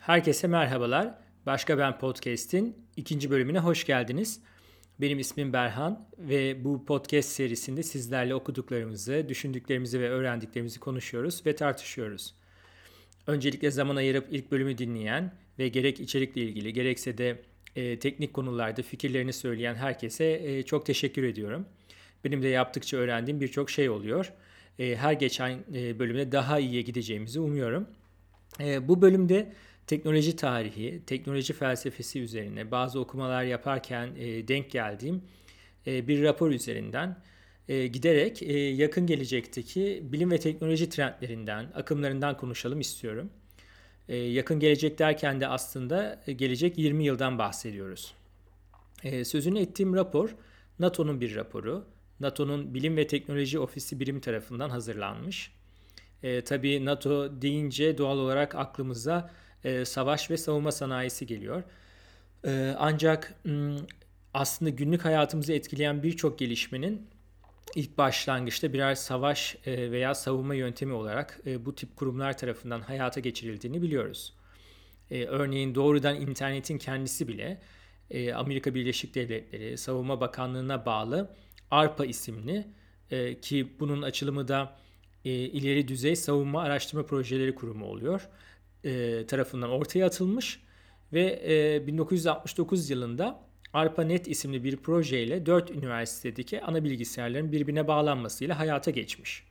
Herkese merhabalar. Başka Ben Podcast'in ikinci bölümüne hoş geldiniz. Benim ismim Berhan ve bu podcast serisinde sizlerle okuduklarımızı, düşündüklerimizi ve öğrendiklerimizi konuşuyoruz ve tartışıyoruz. Öncelikle zaman ayırıp ilk bölümü dinleyen ve gerek içerikle ilgili gerekse de teknik konularda fikirlerini söyleyen herkese çok teşekkür ediyorum. Benim de yaptıkça öğrendiğim birçok şey oluyor. Her geçen bölümde daha iyiye gideceğimizi umuyorum. Bu bölümde teknoloji tarihi, teknoloji felsefesi üzerine bazı okumalar yaparken denk geldiğim bir rapor üzerinden giderek yakın gelecekteki bilim ve teknoloji trendlerinden, akımlarından konuşalım istiyorum. Yakın gelecek derken de aslında gelecek 20 yıldan bahsediyoruz. Sözünü ettiğim rapor NATO'nun bir raporu. NATO'nun Bilim ve Teknoloji Ofisi birim tarafından hazırlanmış. Tabii NATO deyince doğal olarak aklımıza savaş ve savunma sanayisi geliyor. Ancak aslında günlük hayatımızı etkileyen birçok gelişmenin ilk başlangıçta birer savaş veya savunma yöntemi olarak bu tip kurumlar tarafından hayata geçirildiğini biliyoruz. Örneğin doğrudan internetin kendisi bile Amerika Birleşik Devletleri Savunma Bakanlığı'na bağlı ARPA isimli ki bunun açılımı da ileri düzey savunma araştırma projeleri kurumu oluyor tarafından ortaya atılmış ve 1969 yılında ARPANET isimli bir projeyle 4 üniversitedeki ana bilgisayarların birbirine bağlanmasıyla hayata geçmiş.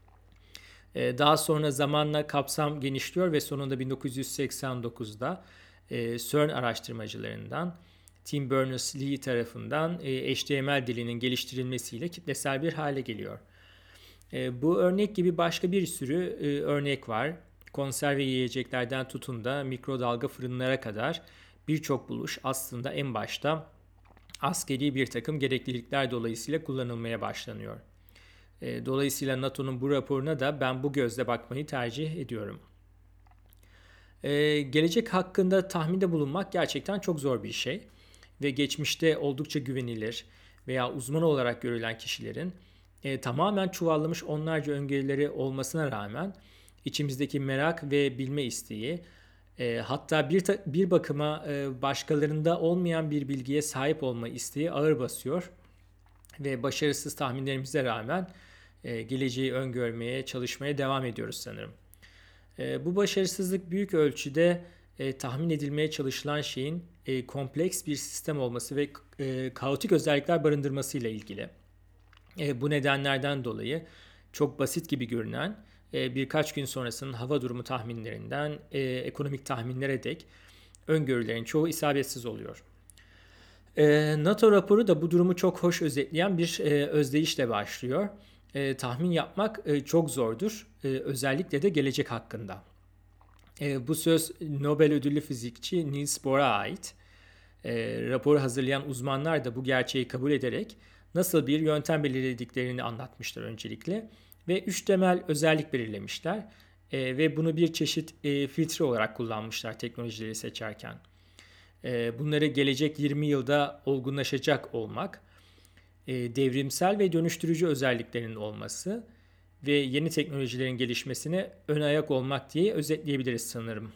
Daha sonra zamanla kapsam genişliyor ve sonunda 1989'da CERN araştırmacılarından Tim Berners-Lee tarafından HTML dilinin geliştirilmesiyle kitlesel bir hale geliyor. Bu örnek gibi başka bir sürü örnek var. Konserve yiyeceklerden tutun da mikrodalga fırınlara kadar birçok buluş aslında en başta askeri bir takım gereklilikler dolayısıyla kullanılmaya başlanıyor. Dolayısıyla NATO'nun bu raporuna da ben bu gözle bakmayı tercih ediyorum. Gelecek hakkında tahminde bulunmak gerçekten çok zor bir şey ve geçmişte oldukça güvenilir veya uzman olarak görülen kişilerin tamamen çuvallamış onlarca öngörüleri olmasına rağmen içimizdeki merak ve bilme isteği, hatta bir bakıma başkalarında olmayan bir bilgiye sahip olma isteği ağır basıyor ve başarısız tahminlerimize rağmen geleceği öngörmeye, çalışmaya devam ediyoruz sanırım. Bu başarısızlık büyük ölçüde tahmin edilmeye çalışılan şeyin kompleks bir sistem olması ve kaotik özellikler barındırmasıyla ilgili. Bu nedenlerden dolayı çok basit gibi görünen birkaç gün sonrasının hava durumu tahminlerinden ekonomik tahminlere dek öngörülerin çoğu isabetsiz oluyor. NATO raporu da bu durumu çok hoş özetleyen bir özdeyişle başlıyor. Tahmin yapmak çok zordur, özellikle de gelecek hakkında. Bu söz Nobel ödüllü fizikçi Niels Bohr'a ait. Raporu hazırlayan uzmanlar da bu gerçeği kabul ederek nasıl bir yöntem belirlediklerini anlatmışlar öncelikle ve 3 temel özellik belirlemişler ve bunu bir çeşit filtre olarak kullanmışlar teknolojileri seçerken. Bunları gelecek 20 yılda olgunlaşacak olmak, devrimsel ve dönüştürücü özelliklerinin olması ve yeni teknolojilerin gelişmesine ön ayak olmak diye özetleyebiliriz sanırım.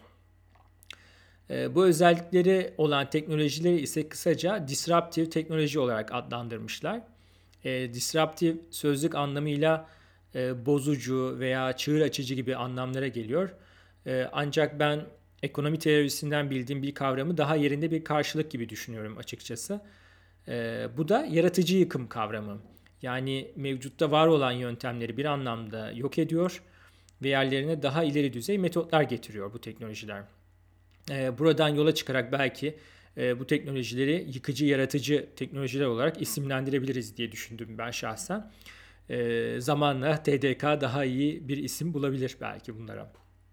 Bu özellikleri olan teknolojileri ise kısaca disruptive teknoloji olarak adlandırmışlar. Disruptive sözlük anlamıyla bozucu veya çığır açıcı gibi anlamlara geliyor. Ancak ben ekonomi teorisinden bildiğim bir kavramı daha yerinde bir karşılık gibi düşünüyorum açıkçası. Bu da yaratıcı yıkım kavramı. Yani mevcutta var olan yöntemleri bir anlamda yok ediyor ve yerlerine daha ileri düzey metotlar getiriyor bu teknolojiler. Buradan yola çıkarak belki bu teknolojileri yıkıcı, yaratıcı teknolojiler olarak isimlendirebiliriz diye düşündüm ben şahsen. Zamanla TDK daha iyi bir isim bulabilir belki bunlara.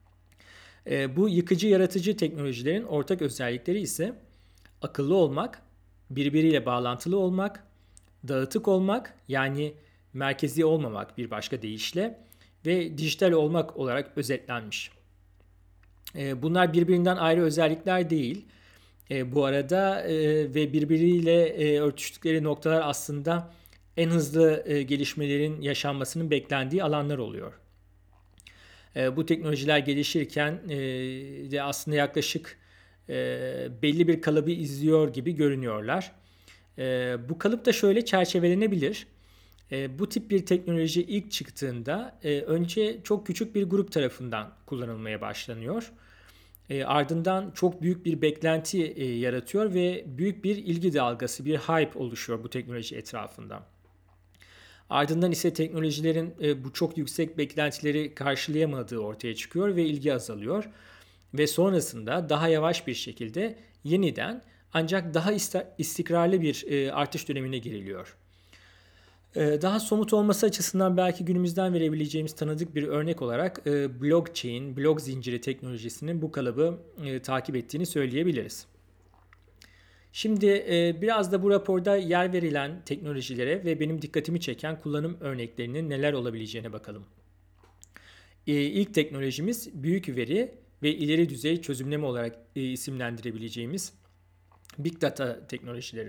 Bu yıkıcı, yaratıcı teknolojilerin ortak özellikleri ise akıllı olmak, birbiriyle bağlantılı olmak, dağıtık olmak yani merkezi olmamak bir başka deyişle ve dijital olmak olarak özetlenmiş. Bunlar birbirinden ayrı özellikler değil. Bu arada ve birbiriyle örtüştükleri noktalar aslında en hızlı gelişmelerin yaşanmasının beklendiği alanlar oluyor. Bu teknolojiler gelişirken de aslında yaklaşık belli bir kalıbı izliyor gibi görünüyorlar. Bu kalıp da şöyle çerçevelenebilir. Bu tip bir teknoloji ilk çıktığında önce çok küçük bir grup tarafından kullanılmaya başlanıyor. Ardından çok büyük bir beklenti yaratıyor ve büyük bir ilgi dalgası, bir hype oluşuyor bu teknoloji etrafında. Ardından ise teknolojilerin bu çok yüksek beklentileri karşılayamadığı ortaya çıkıyor ve ilgi azalıyor. Ve sonrasında daha yavaş bir şekilde yeniden ancak daha istikrarlı bir artış dönemine giriliyor. Daha somut olması açısından belki günümüzden verebileceğimiz tanıdık bir örnek olarak blockchain, blok zinciri teknolojisinin bu kalıbı takip ettiğini söyleyebiliriz. Şimdi biraz da bu raporda yer verilen teknolojilere ve benim dikkatimi çeken kullanım örneklerinin neler olabileceğine bakalım. İlk teknolojimiz büyük veri ve ileri düzey çözümleme olarak isimlendirebileceğimiz Big Data teknolojileri.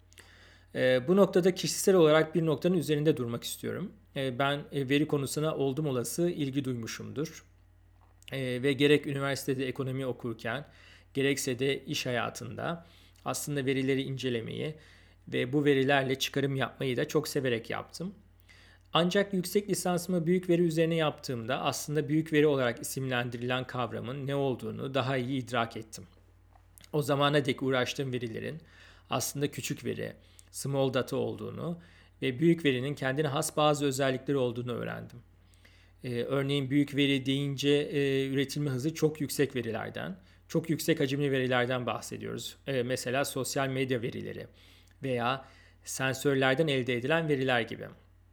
Bu noktada kişisel olarak bir noktanın üzerinde durmak istiyorum. Ben veri konusuna oldum olası ilgi duymuşumdur. Ve gerek üniversitede ekonomi okurken, gerekse de iş hayatında aslında verileri incelemeyi ve bu verilerle çıkarım yapmayı da çok severek yaptım. Ancak yüksek lisansımı büyük veri üzerine yaptığımda aslında büyük veri olarak isimlendirilen kavramın ne olduğunu daha iyi idrak ettim. O zamana dek uğraştığım verilerin aslında küçük veri, small data olduğunu ve büyük verinin kendine has bazı özellikleri olduğunu öğrendim. Örneğin büyük veri deyince üretilme hızı çok yüksek verilerden, çok yüksek hacimli verilerden bahsediyoruz. Mesela sosyal medya verileri veya sensörlerden elde edilen veriler gibi.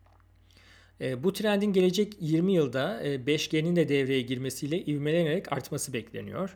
Bu trendin gelecek 20 yılda 5G'nin de devreye girmesiyle ivmelenerek artması bekleniyor.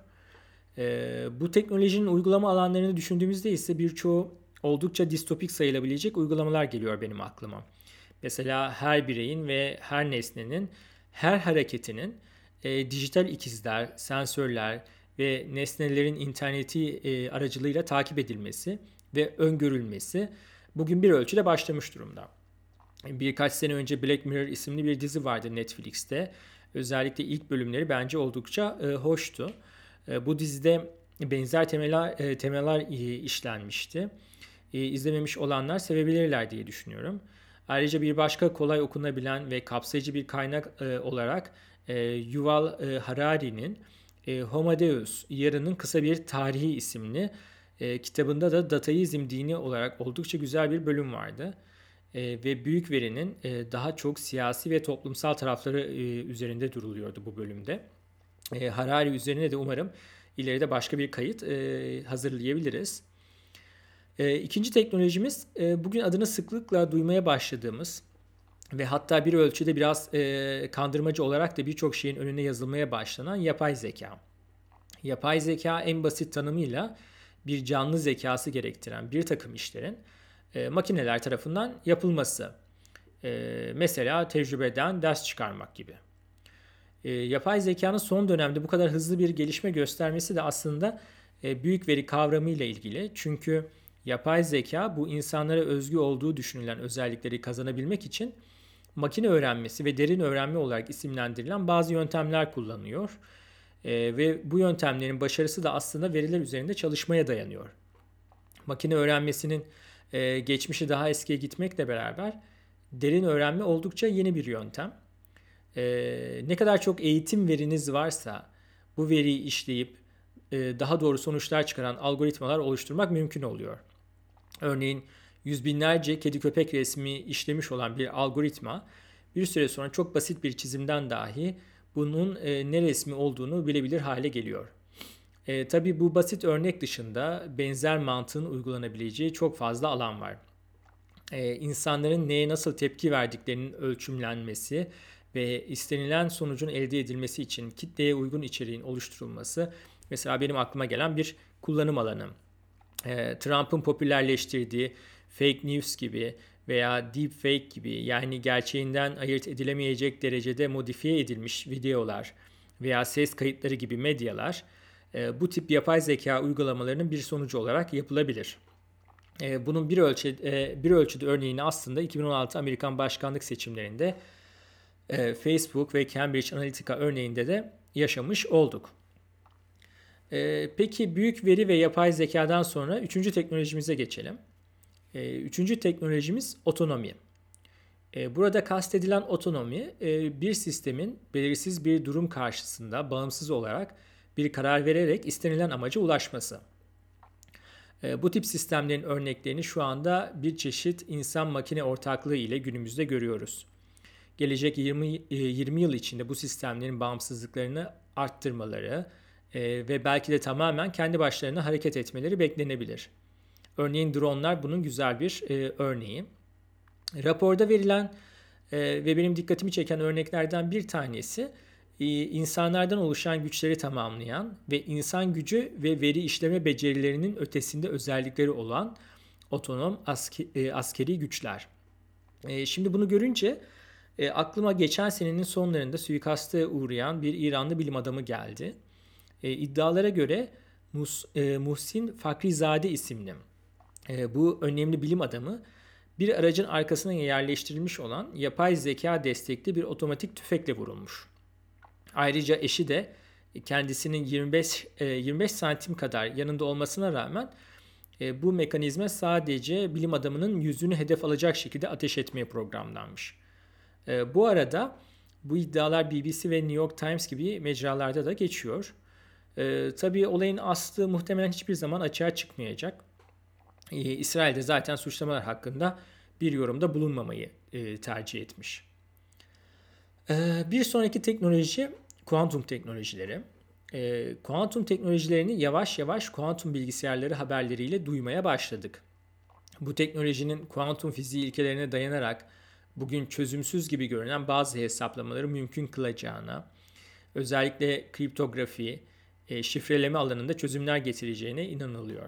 Bu teknolojinin uygulama alanlarını düşündüğümüzde ise birçoğu oldukça distopik sayılabilecek uygulamalar geliyor benim aklıma. Mesela her bireyin ve her nesnenin, her hareketinin dijital ikizler, sensörler ve nesnelerin interneti aracılığıyla takip edilmesi ve öngörülmesi bugün bir ölçüde başlamış durumda. Birkaç sene önce Black Mirror isimli bir dizi vardı Netflix'te. Özellikle ilk bölümleri bence oldukça hoştu. Bu dizide benzer temeller işlenmişti. İzlememiş olanlar sevebilirler diye düşünüyorum. Ayrıca bir başka kolay okunabilen ve kapsayıcı bir kaynak olarak Yuval Harari'nin Homo Deus, Yarının Kısa Bir Tarihi isimli kitabında da dataizm dini olarak oldukça güzel bir bölüm vardı. Ve büyük verinin daha çok siyasi ve toplumsal tarafları üzerinde duruluyordu bu bölümde. Harari üzerine de umarım ileride başka bir kayıt hazırlayabiliriz. İkinci teknolojimiz bugün adını sıklıkla duymaya başladığımız ve hatta bir ölçüde biraz kandırmacı olarak da birçok şeyin önüne yazılmaya başlanan yapay zeka. Yapay zeka en basit tanımıyla bir canlı zekası gerektiren bir takım işlerin makineler tarafından yapılması. Mesela tecrübeden ders çıkarmak gibi. Yapay zekanın son dönemde bu kadar hızlı bir gelişme göstermesi de aslında büyük veri kavramıyla ilgili. Çünkü yapay zeka bu insanlara özgü olduğu düşünülen özellikleri kazanabilmek için makine öğrenmesi ve derin öğrenme olarak isimlendirilen bazı yöntemler kullanıyor. Ve bu yöntemlerin başarısı da aslında veriler üzerinde çalışmaya dayanıyor. Makine öğrenmesinin geçmişi daha eskiye gitmekle beraber derin öğrenme oldukça yeni bir yöntem. Ne kadar çok eğitim veriniz varsa bu veriyi işleyip daha doğru sonuçlar çıkaran algoritmalar oluşturmak mümkün oluyor. Örneğin yüz binlerce kedi köpek resmi işlemiş olan bir algoritma bir süre sonra çok basit bir çizimden dahi bunun ne resmi olduğunu bilebilir hale geliyor. Tabii bu basit örnek dışında benzer mantığın uygulanabileceği çok fazla alan var. İnsanların neye nasıl tepki verdiklerinin ölçümlenmesi ve istenilen sonucun elde edilmesi için kitleye uygun içeriğin oluşturulması mesela benim aklıma gelen bir kullanım alanı. Trump'ın popülerleştirdiği fake news gibi veya deepfake gibi yani gerçeğinden ayırt edilemeyecek derecede modifiye edilmiş videolar veya ses kayıtları gibi medyalar bu tip yapay zeka uygulamalarının bir sonucu olarak yapılabilir. Bunun bir ölçüde örneğini aslında 2016 Amerikan başkanlık seçimlerinde Facebook ve Cambridge Analytica örneğinde de yaşamış olduk. Peki büyük veri ve yapay zekadan sonra üçüncü teknolojimize geçelim. Üçüncü teknolojimiz otonomi. Burada kastedilen otonomi bir sistemin belirsiz bir durum karşısında bağımsız olarak bir karar vererek istenilen amaca ulaşması. Bu tip sistemlerin örneklerini şu anda bir çeşit insan-makine ortaklığı ile günümüzde görüyoruz. Gelecek 20 yıl içinde bu sistemlerin bağımsızlıklarını arttırmaları ve belki de tamamen kendi başlarına hareket etmeleri beklenebilir. Örneğin dronlar bunun güzel bir örneği. Raporda verilen ve benim dikkatimi çeken örneklerden bir tanesi insanlardan oluşan güçleri tamamlayan ve insan gücü ve veri işleme becerilerinin ötesinde özellikleri olan otonom askeri güçler. Şimdi bunu görünce aklıma geçen senenin sonlarında suikaste uğrayan bir İranlı bilim adamı geldi. İddialara göre Muhsin Fakhrizadeh isimli bu önemli bilim adamı bir aracın arkasına yerleştirilmiş olan yapay zeka destekli bir otomatik tüfekle vurulmuş. Ayrıca eşi de kendisinin 25 santim kadar yanında olmasına rağmen bu mekanizma sadece bilim adamının yüzünü hedef alacak şekilde ateş etmeye programlanmış. Bu arada bu iddialar BBC ve New York Times gibi mecralarda da geçiyor. Tabii olayın aslı muhtemelen hiçbir zaman açığa çıkmayacak. İsrail'de zaten suçlamalar hakkında bir yorumda bulunmamayı tercih etmiş. Bir sonraki teknoloji kuantum teknolojileri. Kuantum teknolojilerini yavaş yavaş kuantum bilgisayarları haberleriyle duymaya başladık. Bu teknolojinin kuantum fiziği ilkelerine dayanarak bugün çözümsüz gibi görünen bazı hesaplamaları mümkün kılacağına, özellikle kriptografi, şifreleme alanında çözümler getireceğine inanılıyor.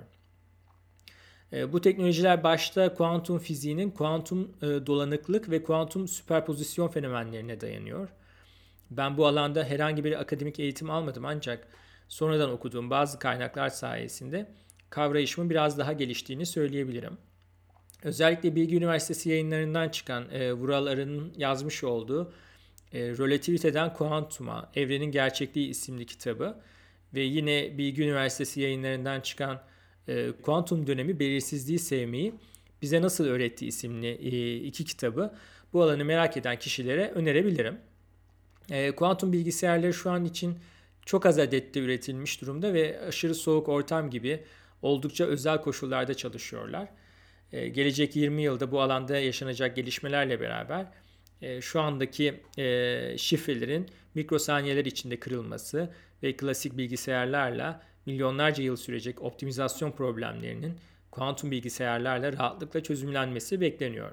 Bu teknolojiler başta kuantum fiziğinin kuantum dolanıklık ve kuantum süperpozisyon fenomenlerine dayanıyor. Ben bu alanda herhangi bir akademik eğitim almadım ancak sonradan okuduğum bazı kaynaklar sayesinde kavrayışımın biraz daha geliştiğini söyleyebilirim. Özellikle Bilgi Üniversitesi yayınlarından çıkan Vural Arı'nın yazmış olduğu Relativiteden Kuantuma, Evrenin Gerçekliği isimli kitabı ve yine Bilgi Üniversitesi yayınlarından çıkan Kuantum Dönemi Belirsizliği Sevmeyi Bize Nasıl Öğretti isimli iki kitabı bu alanı merak eden kişilere önerebilirim. Kuantum bilgisayarları şu an için çok az adette üretilmiş durumda ve aşırı soğuk ortam gibi oldukça özel koşullarda çalışıyorlar. Gelecek 20 yılda bu alanda yaşanacak gelişmelerle beraber şu andaki şifrelerin mikrosaniyeler içinde kırılması ve klasik bilgisayarlarla milyonlarca yıl sürecek optimizasyon problemlerinin kuantum bilgisayarlarla rahatlıkla çözümlenmesi bekleniyor.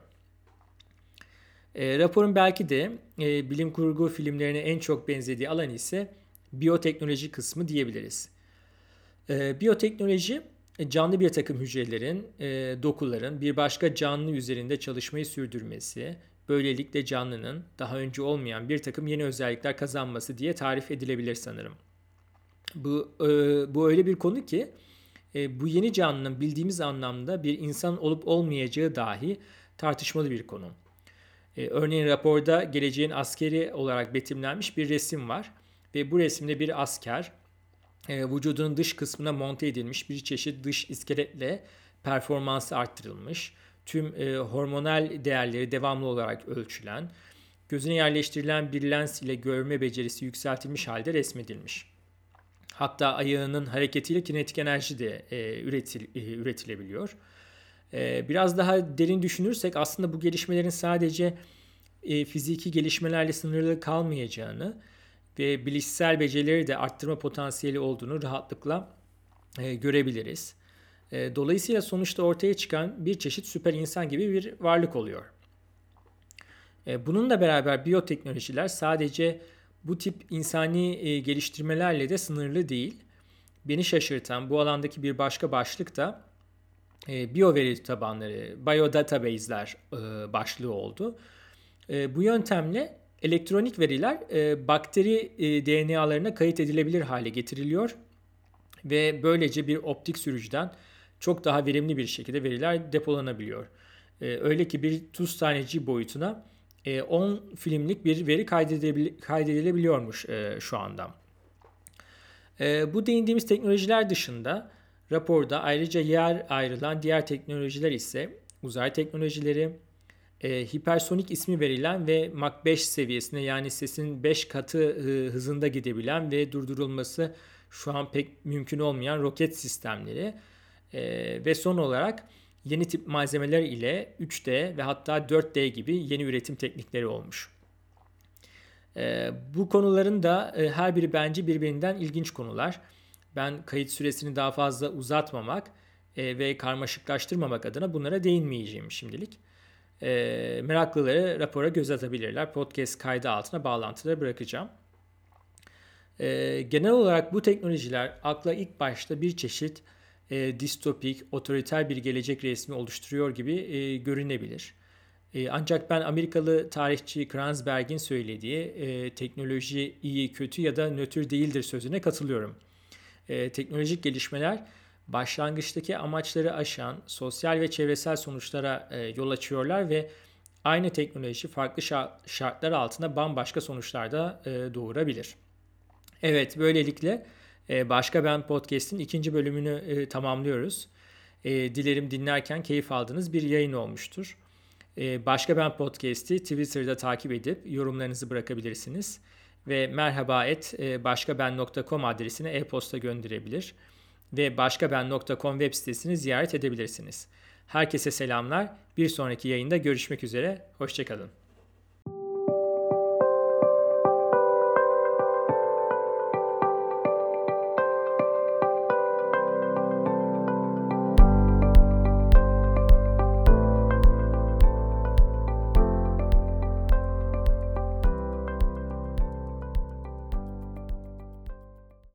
Raporun belki de bilim kurgu filmlerine en çok benzediği alan ise biyoteknoloji kısmı diyebiliriz. Biyoteknoloji canlı bir takım hücrelerin, dokuların bir başka canlı üzerinde çalışmayı sürdürmesi, böylelikle canlının daha önce olmayan bir takım yeni özellikler kazanması diye tarif edilebilir sanırım. Bu öyle bir konu ki bu yeni canlının bildiğimiz anlamda bir insan olup olmayacağı dahi tartışmalı bir konu. Örneğin raporda geleceğin askeri olarak betimlenmiş bir resim var ve bu resimde bir asker vücudunun dış kısmına monte edilmiş bir çeşit dış iskeletle performansı arttırılmış, tüm hormonal değerleri devamlı olarak ölçülen, gözüne yerleştirilen bir lens ile görme becerisi yükseltilmiş halde resmedilmiş. Hatta ayağının hareketiyle kinetik enerji de üretilebiliyor. Biraz daha derin düşünürsek aslında bu gelişmelerin sadece fiziki gelişmelerle sınırlı kalmayacağını ve bilişsel becerileri de arttırma potansiyeli olduğunu rahatlıkla görebiliriz. Dolayısıyla sonuçta ortaya çıkan bir çeşit süper insan gibi bir varlık oluyor. Bununla beraber biyoteknolojiler sadece bu tip insani geliştirmelerle de sınırlı değil. Beni şaşırtan bu alandaki bir başka başlık da biyoveri tabanları, biodatabase'ler başlığı oldu. Bu yöntemle elektronik veriler bakteri DNA'larına kayıt edilebilir hale getiriliyor ve böylece bir optik sürücüden çok daha verimli bir şekilde veriler depolanabiliyor. Öyle ki bir tuz tanecik boyutuna 10 filmlik bir veri kaydedilebiliyormuş şu anda. Bu değindiğimiz teknolojiler dışında raporda ayrıca yer ayrılan diğer teknolojiler ise uzay teknolojileri, hipersonik ismi verilen ve Mach 5 seviyesine, yani sesin 5 katı hızında gidebilen ve durdurulması şu an pek mümkün olmayan roket sistemleri ve son olarak yeni tip malzemeler ile 3D ve hatta 4D gibi yeni üretim teknikleri olmuş. Bu konuların da her biri bence birbirinden ilginç konular. Ben kayıt süresini daha fazla uzatmamak ve karmaşıklaştırmamak adına bunlara değinmeyeceğim şimdilik. Meraklıları rapora göz atabilirler. Podcast kaydı altına bağlantıları bırakacağım. Genel olarak bu teknolojiler akla ilk başta bir çeşit distopik, otoriter bir gelecek resmi oluşturuyor gibi görünebilir. Ancak ben Amerikalı tarihçi Kranzberg'in söylediği teknoloji iyi, kötü ya da nötr değildir sözüne katılıyorum. Teknolojik gelişmeler başlangıçtaki amaçları aşan sosyal ve çevresel sonuçlara yol açıyorlar ve aynı teknoloji farklı şartlar altında bambaşka sonuçlar da doğurabilir. Evet, böylelikle Başka Ben Podcast'in ikinci bölümünü tamamlıyoruz. Dilerim dinlerken keyif aldığınız bir yayın olmuştur. Başka Ben Podcast'i Twitter'da takip edip yorumlarınızı bırakabilirsiniz. Ve merhaba@başkaben.com adresine e-posta gönderebilir ve başkaben.com web sitesini ziyaret edebilirsiniz. Herkese selamlar. Bir sonraki yayında görüşmek üzere. Hoşça kalın.